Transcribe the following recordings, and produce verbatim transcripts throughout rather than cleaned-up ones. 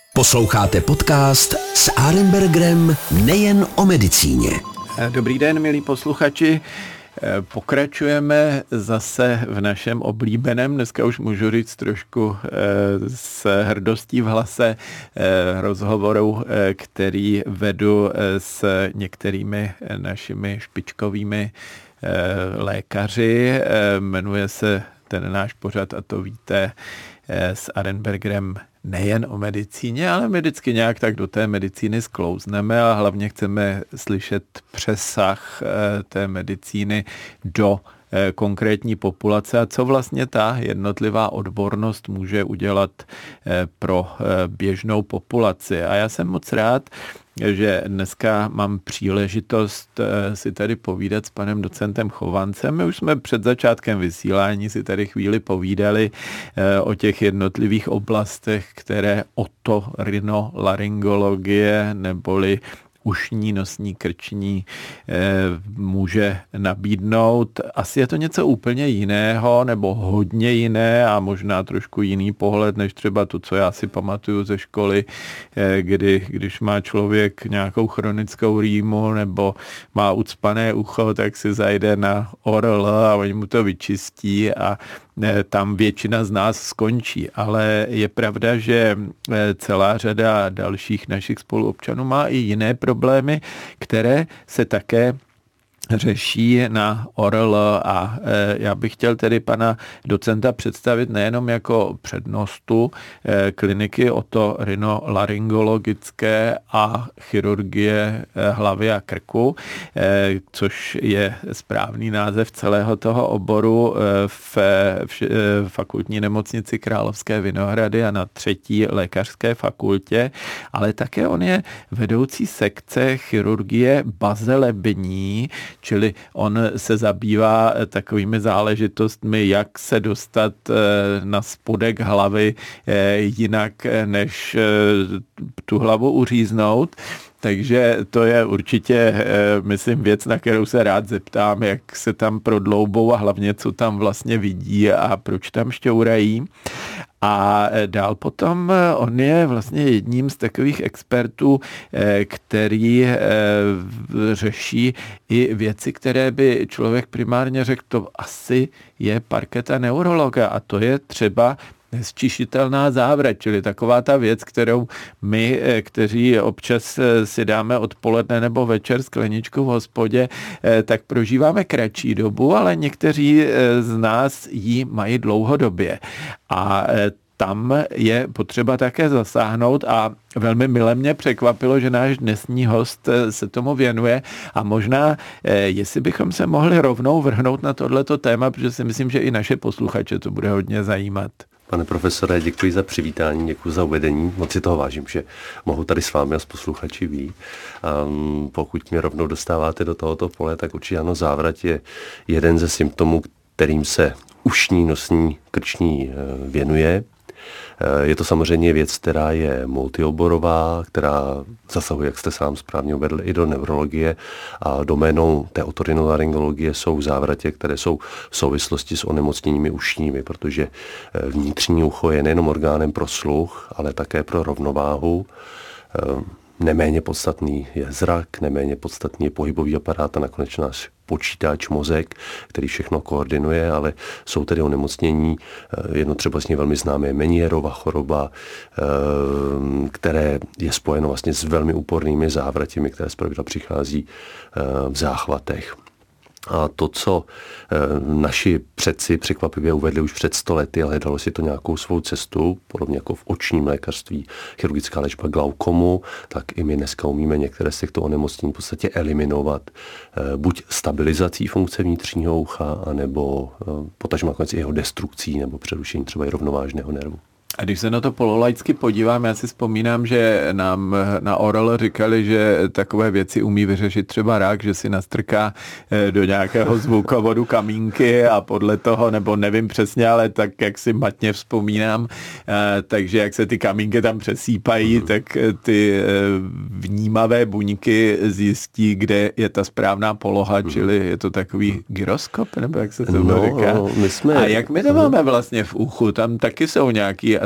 Posloucháte podcast s Arenbergerem nejen o medicíně. Dobrý den, milí posluchači. Pokračujeme zase v našem oblíbeném, dneska už můžu říct trošku s hrdostí v hlase, rozhovoru, který vedu s některými našimi špičkovými lékaři. Jmenuje se ten náš pořad, a to víte, s Arenbergerem nejen o medicíně, ale my vždycky nějak tak do té medicíny sklouzneme a hlavně chceme slyšet přesah té medicíny do konkrétní populace a co vlastně ta jednotlivá odbornost může udělat pro běžnou populaci. A já jsem moc rád, že dneska mám příležitost si tady povídat s panem docentem Chovancem. My už jsme před začátkem vysílání si tady chvíli povídali o těch jednotlivých oblastech, které otorinolaryngologie neboli ušní, nosní, krční může nabídnout. Asi je to něco úplně jiného, nebo hodně jiné a možná trošku jiný pohled, než třeba to, co já si pamatuju ze školy, kdy, když má člověk nějakou chronickou rýmu nebo má ucpané ucho, tak si zajde na O R L a oni mu to vyčistí a tam většina z nás skončí, ale je pravda, že celá řada dalších našich spoluobčanů má i jiné problémy, které se také řeší na O R L a já bych chtěl tedy pana docenta představit nejenom jako přednostu kliniky otorinolaryngologické a chirurgie hlavy a krku, což je správný název celého toho oboru v, v fakultní nemocnici Královské Vinohrady a na třetí lékařské fakultě, ale také on je vedoucí sekce chirurgie bazelební, čili on se zabývá takovými záležitostmi, jak se dostat na spodek hlavy jinak, než tu hlavu uříznout. Takže to je určitě, myslím, věc, na kterou se rád zeptám, jak se tam prodloubou a hlavně, co tam vlastně vidí a proč tam šťourají. A dál potom on je vlastně jedním z takových expertů, který řeší i věci, které by člověk primárně řekl, to asi je parketa neurologa a to je třeba nesčišitelná závrať, čili taková ta věc, kterou my, kteří občas si dáme odpoledne nebo večer skleničku v hospodě, tak prožíváme kratší dobu, ale někteří z nás ji mají dlouhodobě. A tam je potřeba také zasáhnout a velmi mile mě překvapilo, že náš dnesní host se tomu věnuje a možná, jestli bychom se mohli rovnou vrhnout na tohleto téma, protože si myslím, že i naše posluchače to bude hodně zajímat. Pane profesore, děkuji za přivítání, děkuji za uvedení. Moc si toho vážím, že mohu tady s vámi a s posluchači být. Um, pokud mě rovnou dostáváte do tohoto pole, tak určitě ano, závrať je jeden ze symptomů, kterým se ušní, nosní, krční věnuje. Je to samozřejmě věc, která je multioborová, která zasahuje, jak jste sám správně uvedl, i do neurologie a doménou té otorinolaryngologie jsou závratě, které jsou v souvislosti s onemocněními ušními, protože vnitřní ucho je nejenom orgánem pro sluch, ale také pro rovnováhu. Neméně podstatný je zrak, neméně podstatný je pohybový aparát a nakonec náš počítač, mozek, který všechno koordinuje, ale jsou tedy onemocnění, jedno třeba vlastně velmi známé Menierova choroba, které je spojeno vlastně s velmi úpornými závratěmi, které zpravidla přichází v záchvatech. A to, co e, naši předci překvapivě uvedli už před sto lety, ale dalo si to nějakou svou cestu, podobně jako v očním lékařství, chirurgická léčba glaukomu, tak i my dneska umíme některé z těchto onemocnění v podstatě eliminovat e, buď stabilizací funkce vnitřního ucha, anebo e, potažmo nakonec i jeho destrukcí nebo přerušení třeba i rovnovážného nervu. A když se na to pololaicky podívám, já si vzpomínám, že nám na O R L říkali, že takové věci umí vyřešit třeba rák, že si nastrká do nějakého zvukovodu kamínky a podle toho, nebo nevím přesně, ale tak, jak si matně vzpomínám, takže jak se ty kamínky tam přesýpají, mm. tak ty vnímavé buňky zjistí, kde je ta správná poloha, mm. čili je to takový gyroskop, nebo jak se to no, říká. My jsme... A jak my to máme vlastně v uchu? Tam taky jsou nějaký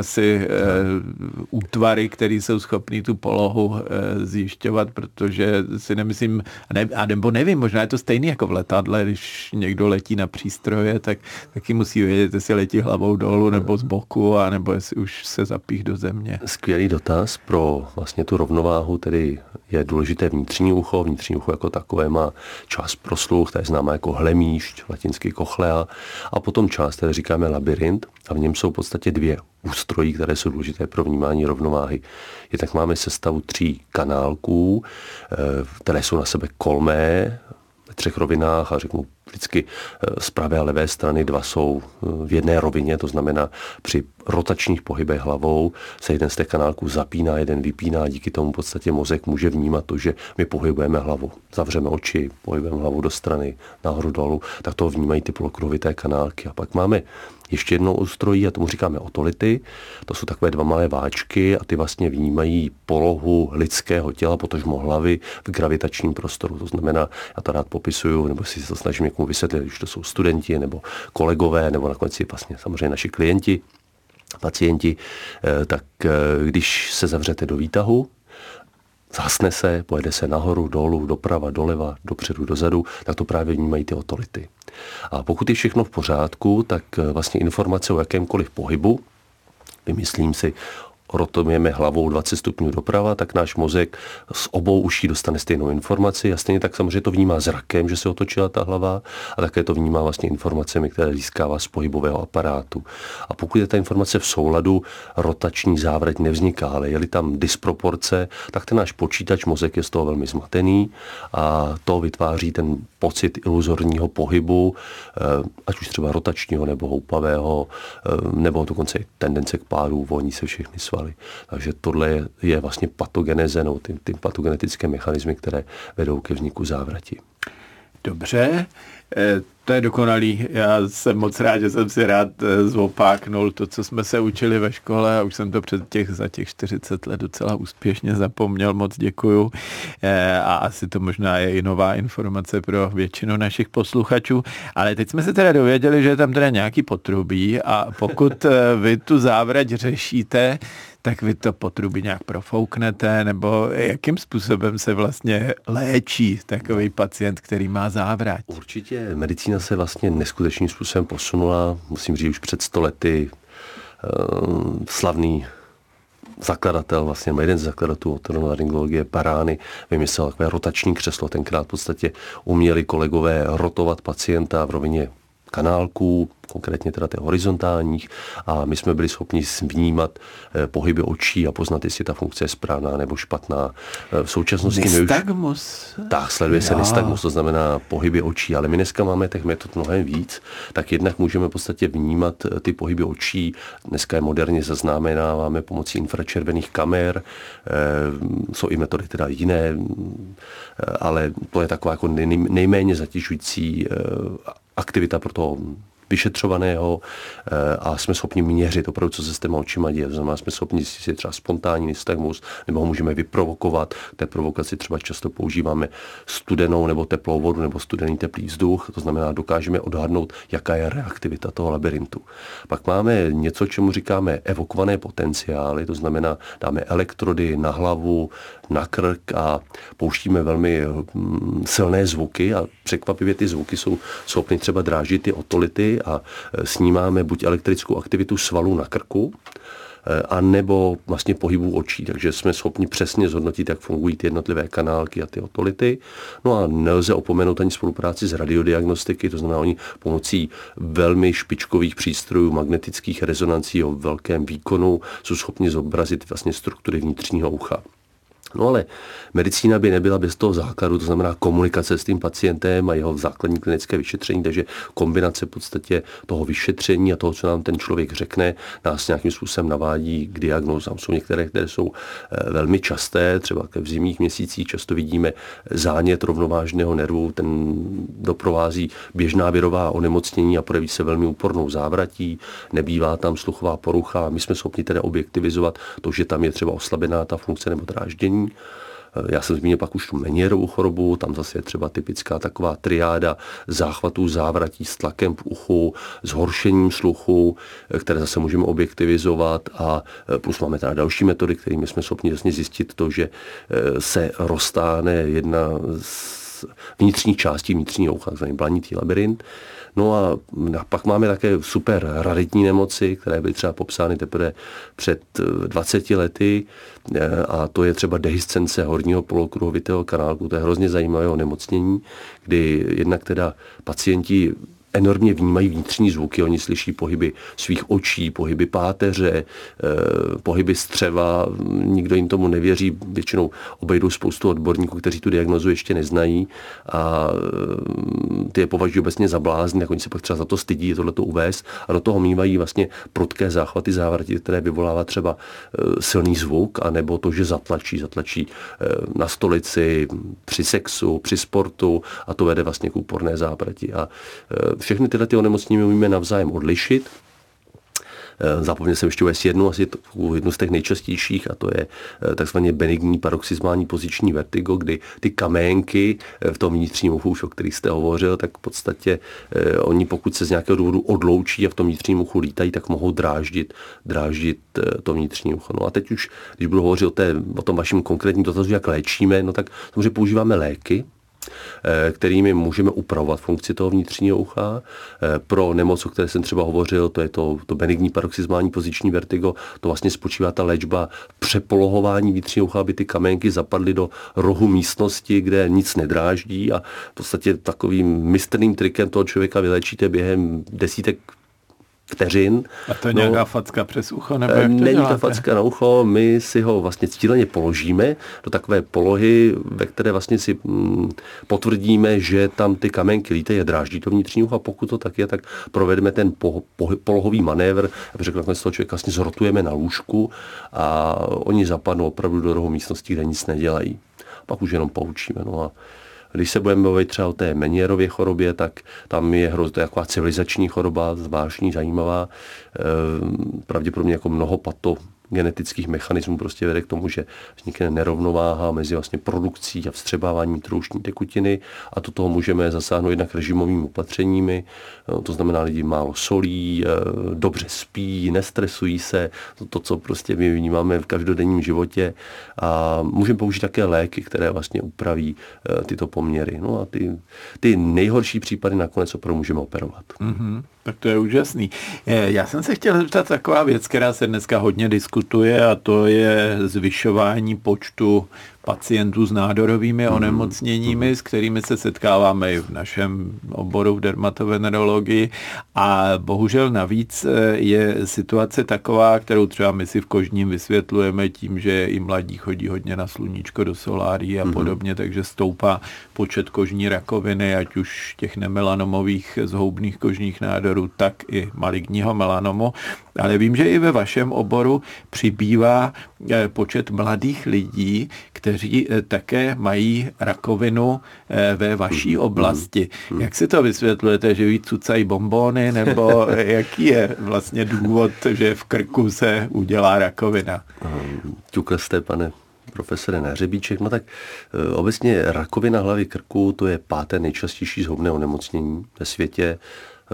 asi e, útvary, které jsou schopný tu polohu e, zjišťovat, protože si nemyslím, ne, a nebo nevím, možná je to stejný jako v letadle, když někdo letí na přístroje, tak taky musí vědět, jestli letí hlavou dolů nebo z boku, a nebo jestli už se zapích do země. Skvělý dotaz pro vlastně tu rovnováhu, tedy je důležité vnitřní ucho. Vnitřní ucho jako takové má část pro sluch, ta je známá jako hlemíšť, latinsky cochlea, a potom část, které říkáme labyrint, a v něm jsou v podstatě dvě ústrojí, které jsou důležité pro vnímání rovnováhy. Jednak máme sestavu tří kanálků, které jsou na sebe kolmé ve třech rovinách, a řeknu vždycky z pravé a levé strany dva jsou v jedné rovině, to znamená při rotačních pohybech hlavou se jeden z těch kanálků zapíná, jeden vypíná, díky tomu v podstatě mozek může vnímat to, že my pohybujeme hlavu. Zavřeme oči, pohybujeme hlavu do strany, nahoru dolů, tak to vnímají ty polokruhovité kanálky. A pak máme ještě jednou ústrojí, a tomu říkáme otolity. To jsou takové dva malé váčky a ty vlastně vnímají polohu lidského těla, potažmo hlavy v gravitačním prostoru. To znamená, já to rád popisuju, nebo si to snažím někomu vysvětlit, když to jsou studenti nebo kolegové, nebo nakonec i vlastně samozřejmě naši klienti, pacienti, tak když se zavřete do výtahu, zhasne se, pojede se nahoru, dolů, doprava, doleva, dopředu, dozadu, tak to právě vnímají ty otolity. A pokud je všechno v pořádku, tak vlastně informace o jakémkoliv pohybu, vymyslím si, rotujeme hlavou dvacet stupňů doprava, tak náš mozek z obou uší dostane stejnou informaci a stejně tak samozřejmě to vnímá zrakem, že se otočila ta hlava, a také to vnímá vlastně informacemi, které získává z pohybového aparátu. A pokud je ta informace v souladu, rotační závrať nevzniká, ale je-li tam disproporce, tak ten náš počítač, mozek je z toho velmi zmatený a to vytváří ten pocit iluzorního pohybu, ať už třeba rotačního nebo houpavého, nebo dokonce i tendence k pádu, volní se všechny svaly. Takže tohle je vlastně patogeneze, no, ty, ty patogenetické mechanismy, které vedou ke vzniku závrati. Dobře, to je dokonalý. Já jsem moc rád, že jsem si rád zopáknul to, co jsme se učili ve škole, a už jsem to před těch, za těch čtyřicet let docela úspěšně zapomněl. Moc děkuju. A asi to možná je i nová informace pro většinu našich posluchačů. Ale teď jsme se teda dověděli, že je tam teda nějaký potrubí, a pokud vy tu závrať řešíte, tak vy to potrubí nějak profouknete, nebo jakým způsobem se vlastně léčí takový pacient, který má závrať? Určitě medicína se vlastně neskutečným způsobem posunula. Musím říct, už před sto lety uh, slavný zakladatel, vlastně jeden z zakladatelů otorhinolaryngologie Parány vymyslel takové rotační křeslo. Tenkrát v podstatě uměli kolegové rotovat pacienta v rovině kanálků, konkrétně teda těch horizontálních, a my jsme byli schopni vnímat eh, pohyby očí a poznat, jestli ta funkce je správná nebo špatná. Eh, v současnosti nystagmus? My už, tak, sleduje se nystagmus, to znamená pohyby očí, ale my dneska máme těch metod mnohem víc, tak jednak můžeme v podstatě vnímat ty pohyby očí. Dneska je moderně zaznamenáváme pomocí infračervených kamer, eh, jsou i metody teda jiné, eh, ale to je taková jako nej, nejméně zatěžující eh, aktivita pro toho vyšetřovaného, a jsme schopni měřit opravdu, co se s těma očima děje. To znamená, jsme schopni si třeba spontánní nystagmus, nebo ho můžeme vyprovokovat. K té provokaci třeba často používáme studenou nebo teplou vodu nebo studený teplý vzduch. To znamená, dokážeme odhadnout, jaká je reaktivita toho labyrintu. Pak máme něco, čemu říkáme evokované potenciály, to znamená, dáme elektrody na hlavu, na krk a pouštíme velmi silné zvuky, a překvapivě ty zvuky jsou schopny třeba drážit ty otolity, a snímáme buď elektrickou aktivitu svalů na krku, a nebo vlastně pohybu očí, takže jsme schopni přesně zhodnotit, jak fungují ty jednotlivé kanálky a ty otolity. No a nelze opomenout ani spolupráci s radiodiagnostiky, to znamená, oni pomocí velmi špičkových přístrojů, magnetických rezonancí o velkém výkonu jsou schopni zobrazit vlastně struktury vnitřního ucha. No ale medicína by nebyla bez toho základu, to znamená komunikace s tím pacientem a jeho základní klinické vyšetření, takže kombinace v podstatě toho vyšetření a toho, co nám ten člověk řekne, nás nějakým způsobem navádí k diagnózám. Jsou některé, které jsou velmi časté, třeba v zimních měsících často vidíme zánět rovnovážného nervu, ten doprovází běžná virová onemocnění a projeví se velmi úpornou závratí, nebývá tam sluchová porucha, my jsme schopni tedy objektivizovat to, že tam je třeba oslabená ta funkce nebo dráždění. Já jsem zmínil pak už tu Menierovu chorobu, tam zase je třeba typická taková triáda záchvatů, závratí s tlakem v uchu, zhoršením sluchu, které zase můžeme objektivizovat, a plus máme teda další metody, kterými jsme schopni jasně zjistit to, že se roztáhne jedna z vnitřních částí vnitřního ucha, takzvaný blanitý labyrint. No a pak máme také super raritní nemoci, které byly třeba popsány teprve před dvaceti lety, a to je třeba dehiscence horního polokruhovitého kanálu. To je hrozně zajímavé onemocnění, kdy jednak teda pacienti enormně vnímají vnitřní zvuky, oni slyší pohyby svých očí, pohyby páteře, pohyby střeva, nikdo jim tomu nevěří, většinou obejdou spoustu odborníků, kteří tu diagnozu ještě neznají, a ty je považují obecně za blázny, tak oni se pak třeba za to stydí tohleto uvést, a do toho mývají vlastně prudké záchvaty závrati, které vyvolává třeba silný zvuk, anebo to, že zatlačí, zatlačí na stolici, při sexu, při sportu, a to vede vlastně k úporné závrati. A všechny tyhle ty onemocnění umíme navzájem odlišit. Zapomněl jsem ještě uvést jednu, asi jednu z těch nejčastějších, a to je takzvaně benigní paroxysmální poziční vertigo, kdy ty kaménky v tom vnitřním uchu, o kterých jste hovořil, tak v podstatě eh, oni, pokud se z nějakého důvodu odloučí a v tom vnitřním uchu lítají, tak mohou dráždit, dráždit eh, to vnitřní ucho. No a teď už, když budu hovořit o, té, o tom vašem konkrétním dotazu, jak léčíme, no tak samozřejmě používáme léky, kterými můžeme upravovat funkci toho vnitřního ucha. Pro nemoc, o které jsem třeba hovořil, to je to, to benigní paroxysmální poziční vertigo, to vlastně spočívá ta léčba přepolohování vnitřního ucha, aby ty kamenky zapadly do rohu místnosti, kde nic nedráždí, a v podstatě takovým mistrným trikem toho člověka vyléčíte během desítek vteřin. A to je nějaká no, facka přes ucho? Nebo jak to není děláte? to facka na ucho, my si ho vlastně cíleně položíme do takové polohy, ve které vlastně si mm, potvrdíme, že tam ty kamenky lítají a dráždí to vnitřní ucho, a pokud to tak je, tak provedeme ten po, po, polohový manévr, aby řekl, nakonec toho člověka vlastně zrotujeme na lůžku a oni zapadnou opravdu do rohu místnosti, kde nic nedělají. Pak už jenom poučíme. No a když se budeme bavit třeba o té Menierově chorobě, tak tam je hrozně taková civilizační choroba, zvláštní, zajímavá, pravděpodobně jako mnoho pato genetických mechanismů prostě vede k tomu, že vznikne nerovnováha mezi vlastně produkcí a vstřebáváním troušní tekutiny, a do toho můžeme zasáhnout jednak režimovými opatřeními, to znamená, lidi málo solí, dobře spí, nestresují se, to, to co prostě my vnímáme v každodenním životě, a můžeme použít také léky, které vlastně upraví tyto poměry. No a ty, ty nejhorší případy nakonec opravdu můžeme operovat. Mm-hmm. Tak to je úžasný. Já jsem se chtěl zeptat taková věc, která se dneska hodně diskutuje, a to je zvyšování počtu pacientů s nádorovými onemocněními, s kterými se setkáváme i v našem oboru v dermatovenerologii, a bohužel navíc je situace taková, kterou třeba my si v kožním vysvětlujeme tím, že i mladí chodí hodně na sluníčko, do solárií a podobně, takže stoupá počet kožní rakoviny, ať už těch nemelanomových zhoubných kožních nádorů, tak i maligního melanomu. Ale vím, že i ve vašem oboru přibývá počet mladých lidí, kteří také mají rakovinu ve vaší oblasti. Jak si to vysvětlujete, že ví cucají bonbóny, nebo jaký je vlastně důvod, že v krku se udělá rakovina? Ťukl jste, pane profesore, na hřebíček. No tak e, obecně rakovina hlavy krku, to je páté nejčastější zhoubné onemocnění ve světě. E,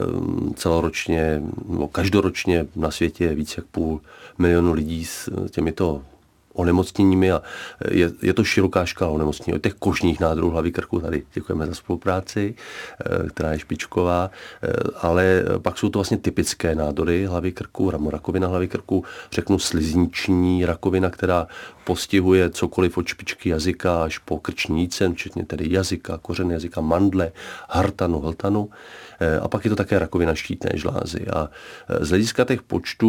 celoročně, no, každoročně na světě je víc jak půl milionu lidí s těmito onemocněními, a je, je to široká škála onemocnění. Od těch kožních nádorů hlavy krku, tady děkujeme za spolupráci, která je špičková, ale pak jsou to vlastně typické nádory hlavy krku, rakovina hlavy krku, řeknu slizniční rakovina, která postihuje cokoliv od špičky jazyka až po krční jícen, včetně tedy jazyka, kořen jazyka, mandle, hrtanu, hltanu. A pak je to také rakovina štítné žlázy. A z hlediska těch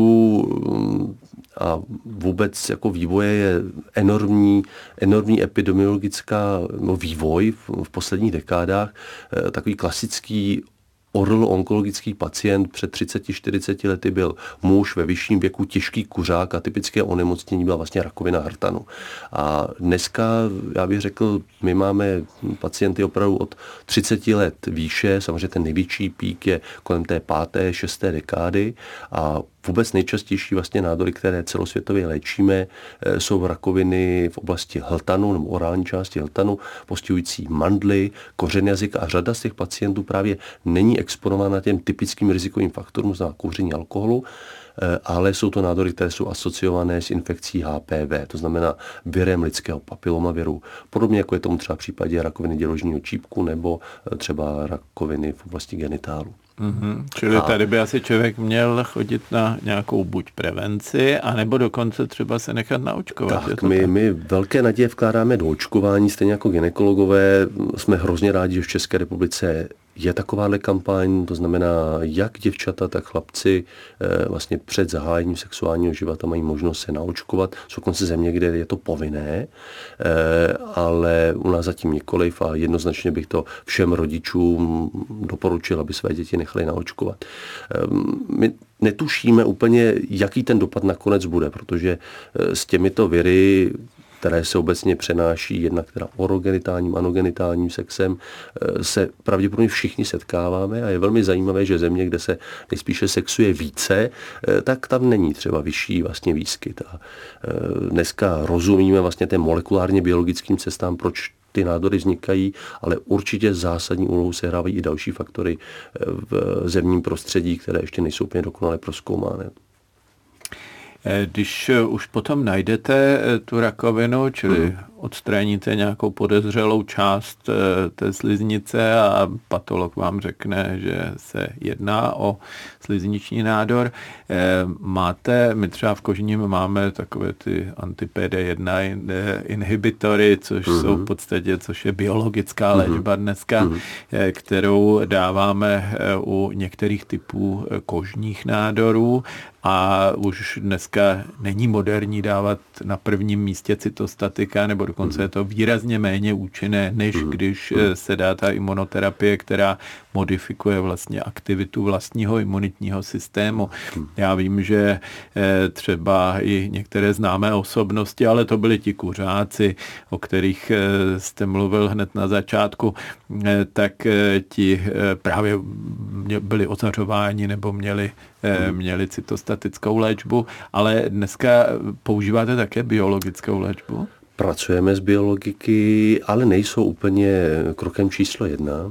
počtů a vůbec jako vývoje je enormní, enormní epidemiologická no, vývoj v, v posledních dekádách. Takový klasický orl onkologický pacient před třicet čtyřicet lety byl muž ve vyšším věku, těžký kuřák, a typické onemocnění byla vlastně rakovina hrtanu. A dneska, já bych řekl, my máme pacienty opravdu od třicet let výše, samozřejmě ten největší pík je kolem té páté, šesté dekády, a vůbec nejčastější vlastně nádory, které celosvětově léčíme, jsou rakoviny v oblasti hltanu nebo orální části hltanu, postihující mandly, kořen jazyka, a řada z těch pacientů právě není exponována těm typickým rizikovým faktorům, znamená kouření alkoholu, ale jsou to nádory, které jsou asociované s infekcí H P V, to znamená virem lidského papilomaviru, podobně jako je tomu třeba v případě rakoviny děložního čípku nebo třeba rakoviny v oblasti genitálu. Mm-hmm. Čili a tady by asi člověk měl chodit na nějakou buď prevenci, anebo dokonce třeba se nechat naočkovat. Tak, my, tak? my velké naděje vkládáme do očkování, stejně jako gynekologové. Jsme hrozně rádi, že v České republice je takováhle kampaň, to znamená, jak děvčata, tak chlapci vlastně před zahájením sexuálního života mají možnost se naočkovat. Jsou konce země, kde je to povinné, ale u nás zatím nikoliv a jednoznačně bych to všem rodičům doporučil, aby své děti nechali naočkovat. My netušíme úplně, jaký ten dopad nakonec bude, protože s těmito viry, které se obecně přenáší jednak teda orogenitálním, anogenitálním sexem, se pravděpodobně všichni setkáváme a je velmi zajímavé, že země, kde se nejspíše sexuje více, tak tam není třeba vyšší vlastně výskyt. A dneska rozumíme vlastně té molekulárně biologickým cestám, proč ty nádory vznikají, ale určitě zásadní úlohu sehrávají i další faktory v zemním prostředí, které ještě nejsou úplně dokonale prozkoumány. Když už potom najdete tu rakovinu, čili hmm. odstraníte nějakou podezřelou část té sliznice a patolog vám řekne, že se jedná o slizniční nádor, máte, my třeba v kožním máme takové ty anti-P D jedna inhibitory, což hmm. jsou v podstatě, což je biologická hmm. léčba dneska, hmm. kterou dáváme u některých typů kožních nádorů. A už dneska není moderní dávat na prvním místě cytostatika, nebo dokonce je to výrazně méně účinné, než když se dá ta imunoterapie, která modifikuje vlastně aktivitu vlastního imunitního systému. Já vím, že třeba i některé známé osobnosti, ale to byli ti kuřáci, o kterých jste mluvil hned na začátku, tak ti právě byli ozařováni nebo měli, měli cytostatickou léčbu, ale dneska používáte také biologickou léčbu? Pracujeme s biologiky, ale nejsou úplně krokem číslo jedna.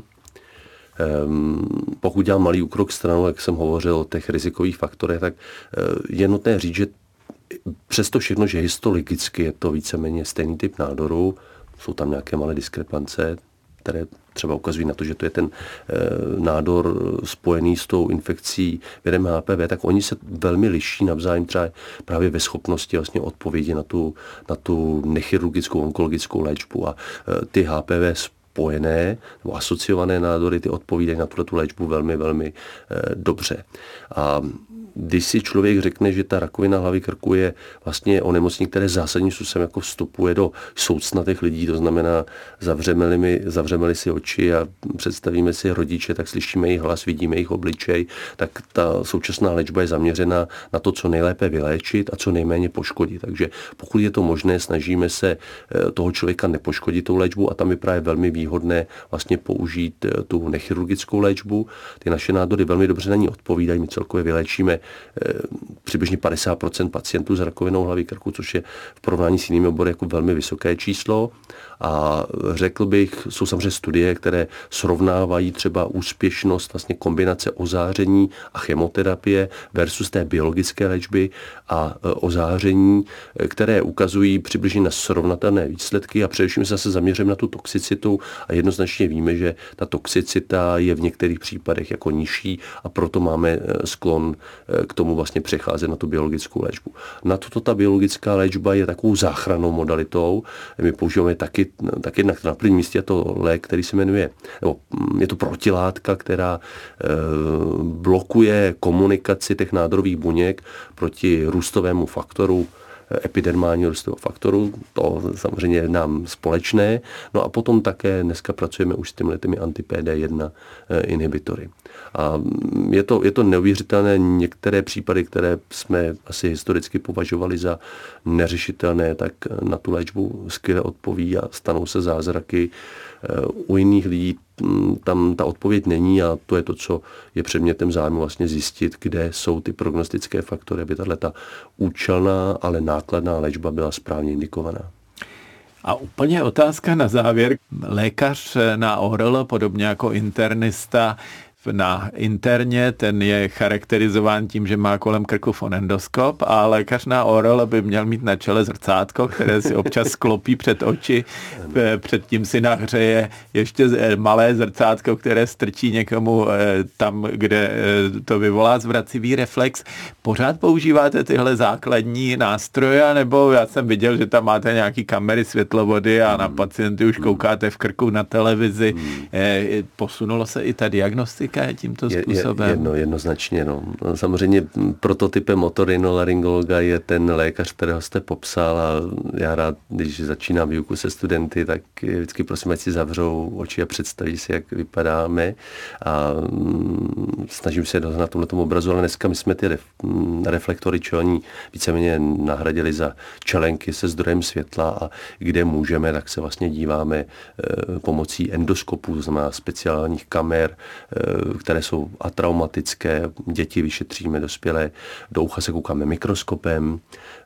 Pokud dělám malý úkrok stranou, jak jsem hovořil o těch rizikových faktorech, tak je nutné říct, že přesto všechno, že histologicky je to víceméně stejný typ nádoru, jsou tam nějaké malé diskrepance, které třeba ukazují na to, že to je ten e, nádor spojený s tou infekcí virem H P V, tak oni se velmi liší navzájem třeba právě ve schopnosti vlastně odpovědi na tu, na tu nechirurgickou onkologickou léčbu. A e, ty H P V spojené nebo asociované nádory, ty odpovídají na tuto léčbu velmi, velmi e, dobře. A když si člověk řekne, že ta rakovina hlavy krku je vlastně onemocnění, které zásadním způsobem jako vstupuje do soucna těch lidí, to znamená, zavřeme-li, zavřeme-li si oči a představíme si rodiče, tak slyšíme jejich hlas, vidíme jejich obličej, tak ta současná léčba je zaměřena na to, co nejlépe vyléčit a co nejméně poškodit. Takže pokud je to možné, snažíme se toho člověka nepoškodit tou léčbu a tam je právě velmi výhodné vlastně použít tu nechirurgickou léčbu. Ty naše nádory velmi dobře na ní odpovídají, my celkově vyléčíme přibližně padesát procent pacientů s rakovinou hlavy krku, což je v porovnání s jinými obory jako velmi vysoké číslo. A řekl bych, jsou samozřejmě studie, které srovnávají třeba úspěšnost vlastně kombinace ozáření a chemoterapie versus té biologické léčby a ozáření, které ukazují přibližně na srovnatelné výsledky a především se zase zaměříme na tu toxicitu a jednoznačně víme, že ta toxicita je v některých případech jako nižší a proto máme sklon k tomu vlastně přecházet na tu biologickou léčbu. Na toto ta biologická léčba je takovou záchrannou modalitou. My používáme taky, taky na, na prvním místě je to lék, který se jmenuje, nebo je to protilátka, která e, blokuje komunikaci těch nádorových buněk proti růstovému faktoru, epidermálního růstového faktoru, to samozřejmě je nám společné. No a potom také dneska pracujeme už s těmi těmi anti-P D jedna inhibitory. A je to, je to neuvěřitelné, některé případy, které jsme asi historicky považovali za neřešitelné, tak na tu léčbu skvěle odpoví a stanou se zázraky. U jiných lidí tam ta odpověď není a to je to, co je předmětem zájmu vlastně zjistit, kde jsou ty prognostické faktory, aby tato účelná, ale nákladná léčba byla správně indikovaná. A úplně otázka na závěr. Lékař na O R L, podobně jako internista na interně, ten je charakterizován tím, že má kolem krku fonendoskop a lékař na O R L by měl mít na čele zrcátko, které si občas sklopí před oči, předtím si nahřeje ještě malé zrcátko, které strčí někomu tam, kde to vyvolá zvracivý reflex. Pořád používáte tyhle základní nástroje, nebo já jsem viděl, že tam máte nějaký kamery, světlovody a na pacienty už koukáte v krku na televizi. Posunulo se i ta diagnostika tímto způsobem? Je, jedno, jednoznačně. No. Samozřejmě prototypem otorinolaryngologa je ten lékař, kterého jste popsal a já rád, když začínám výuku se studenty, tak vždycky prosím, ať si zavřou oči a představí si, jak vypadáme a snažím se na tomto obrazu, ale dneska my jsme ty ref, reflektory čelní víceméně nahradili za čelenky se zdrojem světla a kde můžeme, tak se vlastně díváme pomocí endoskopů, to znamená speciálních kamer, které jsou atraumatické, děti vyšetříme, dospělé, do ucha se koukáme mikroskopem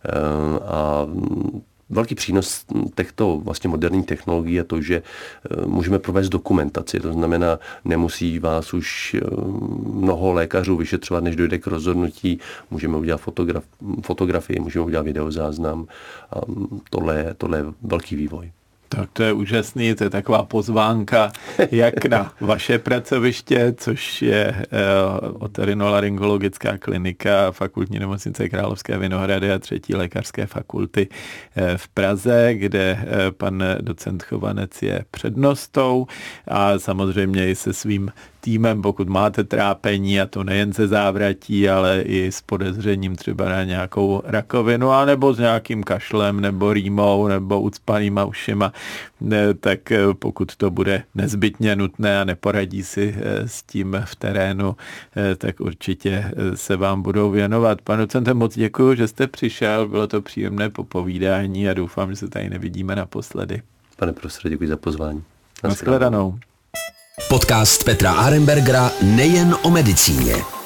a velký přínos těchto vlastně moderních technologií je to, že můžeme provést dokumentaci, to znamená, nemusí vás už mnoho lékařů vyšetřovat, než dojde k rozhodnutí, můžeme udělat fotograf, fotografii, můžeme udělat videozáznam a tohle je, tohle je velký vývoj. Tak to je úžasný, to je taková pozvánka jak na vaše pracoviště, což je eh, otorinolaryngologická klinika Fakultní nemocnice Královské Vinohrady a třetí lékařské fakulty eh, v Praze, kde eh, pan docent Chovanec je přednostou a samozřejmě i se svým týmem, pokud máte trápení, a to nejen ze závratí, ale i s podezřením třeba na nějakou rakovinu, anebo s nějakým kašlem, nebo rýmou, nebo ucpanýma ušima, tak pokud to bude nezbytně nutné a neporadí si s tím v terénu, tak určitě se vám budou věnovat. Pane docente, moc děkuji, že jste přišel, bylo to příjemné popovídání a doufám, že se tady nevidíme naposledy. Pane profesore, děkuji za pozvání. Naschledanou. Podcast Petra Arenbergera nejen o medicíně.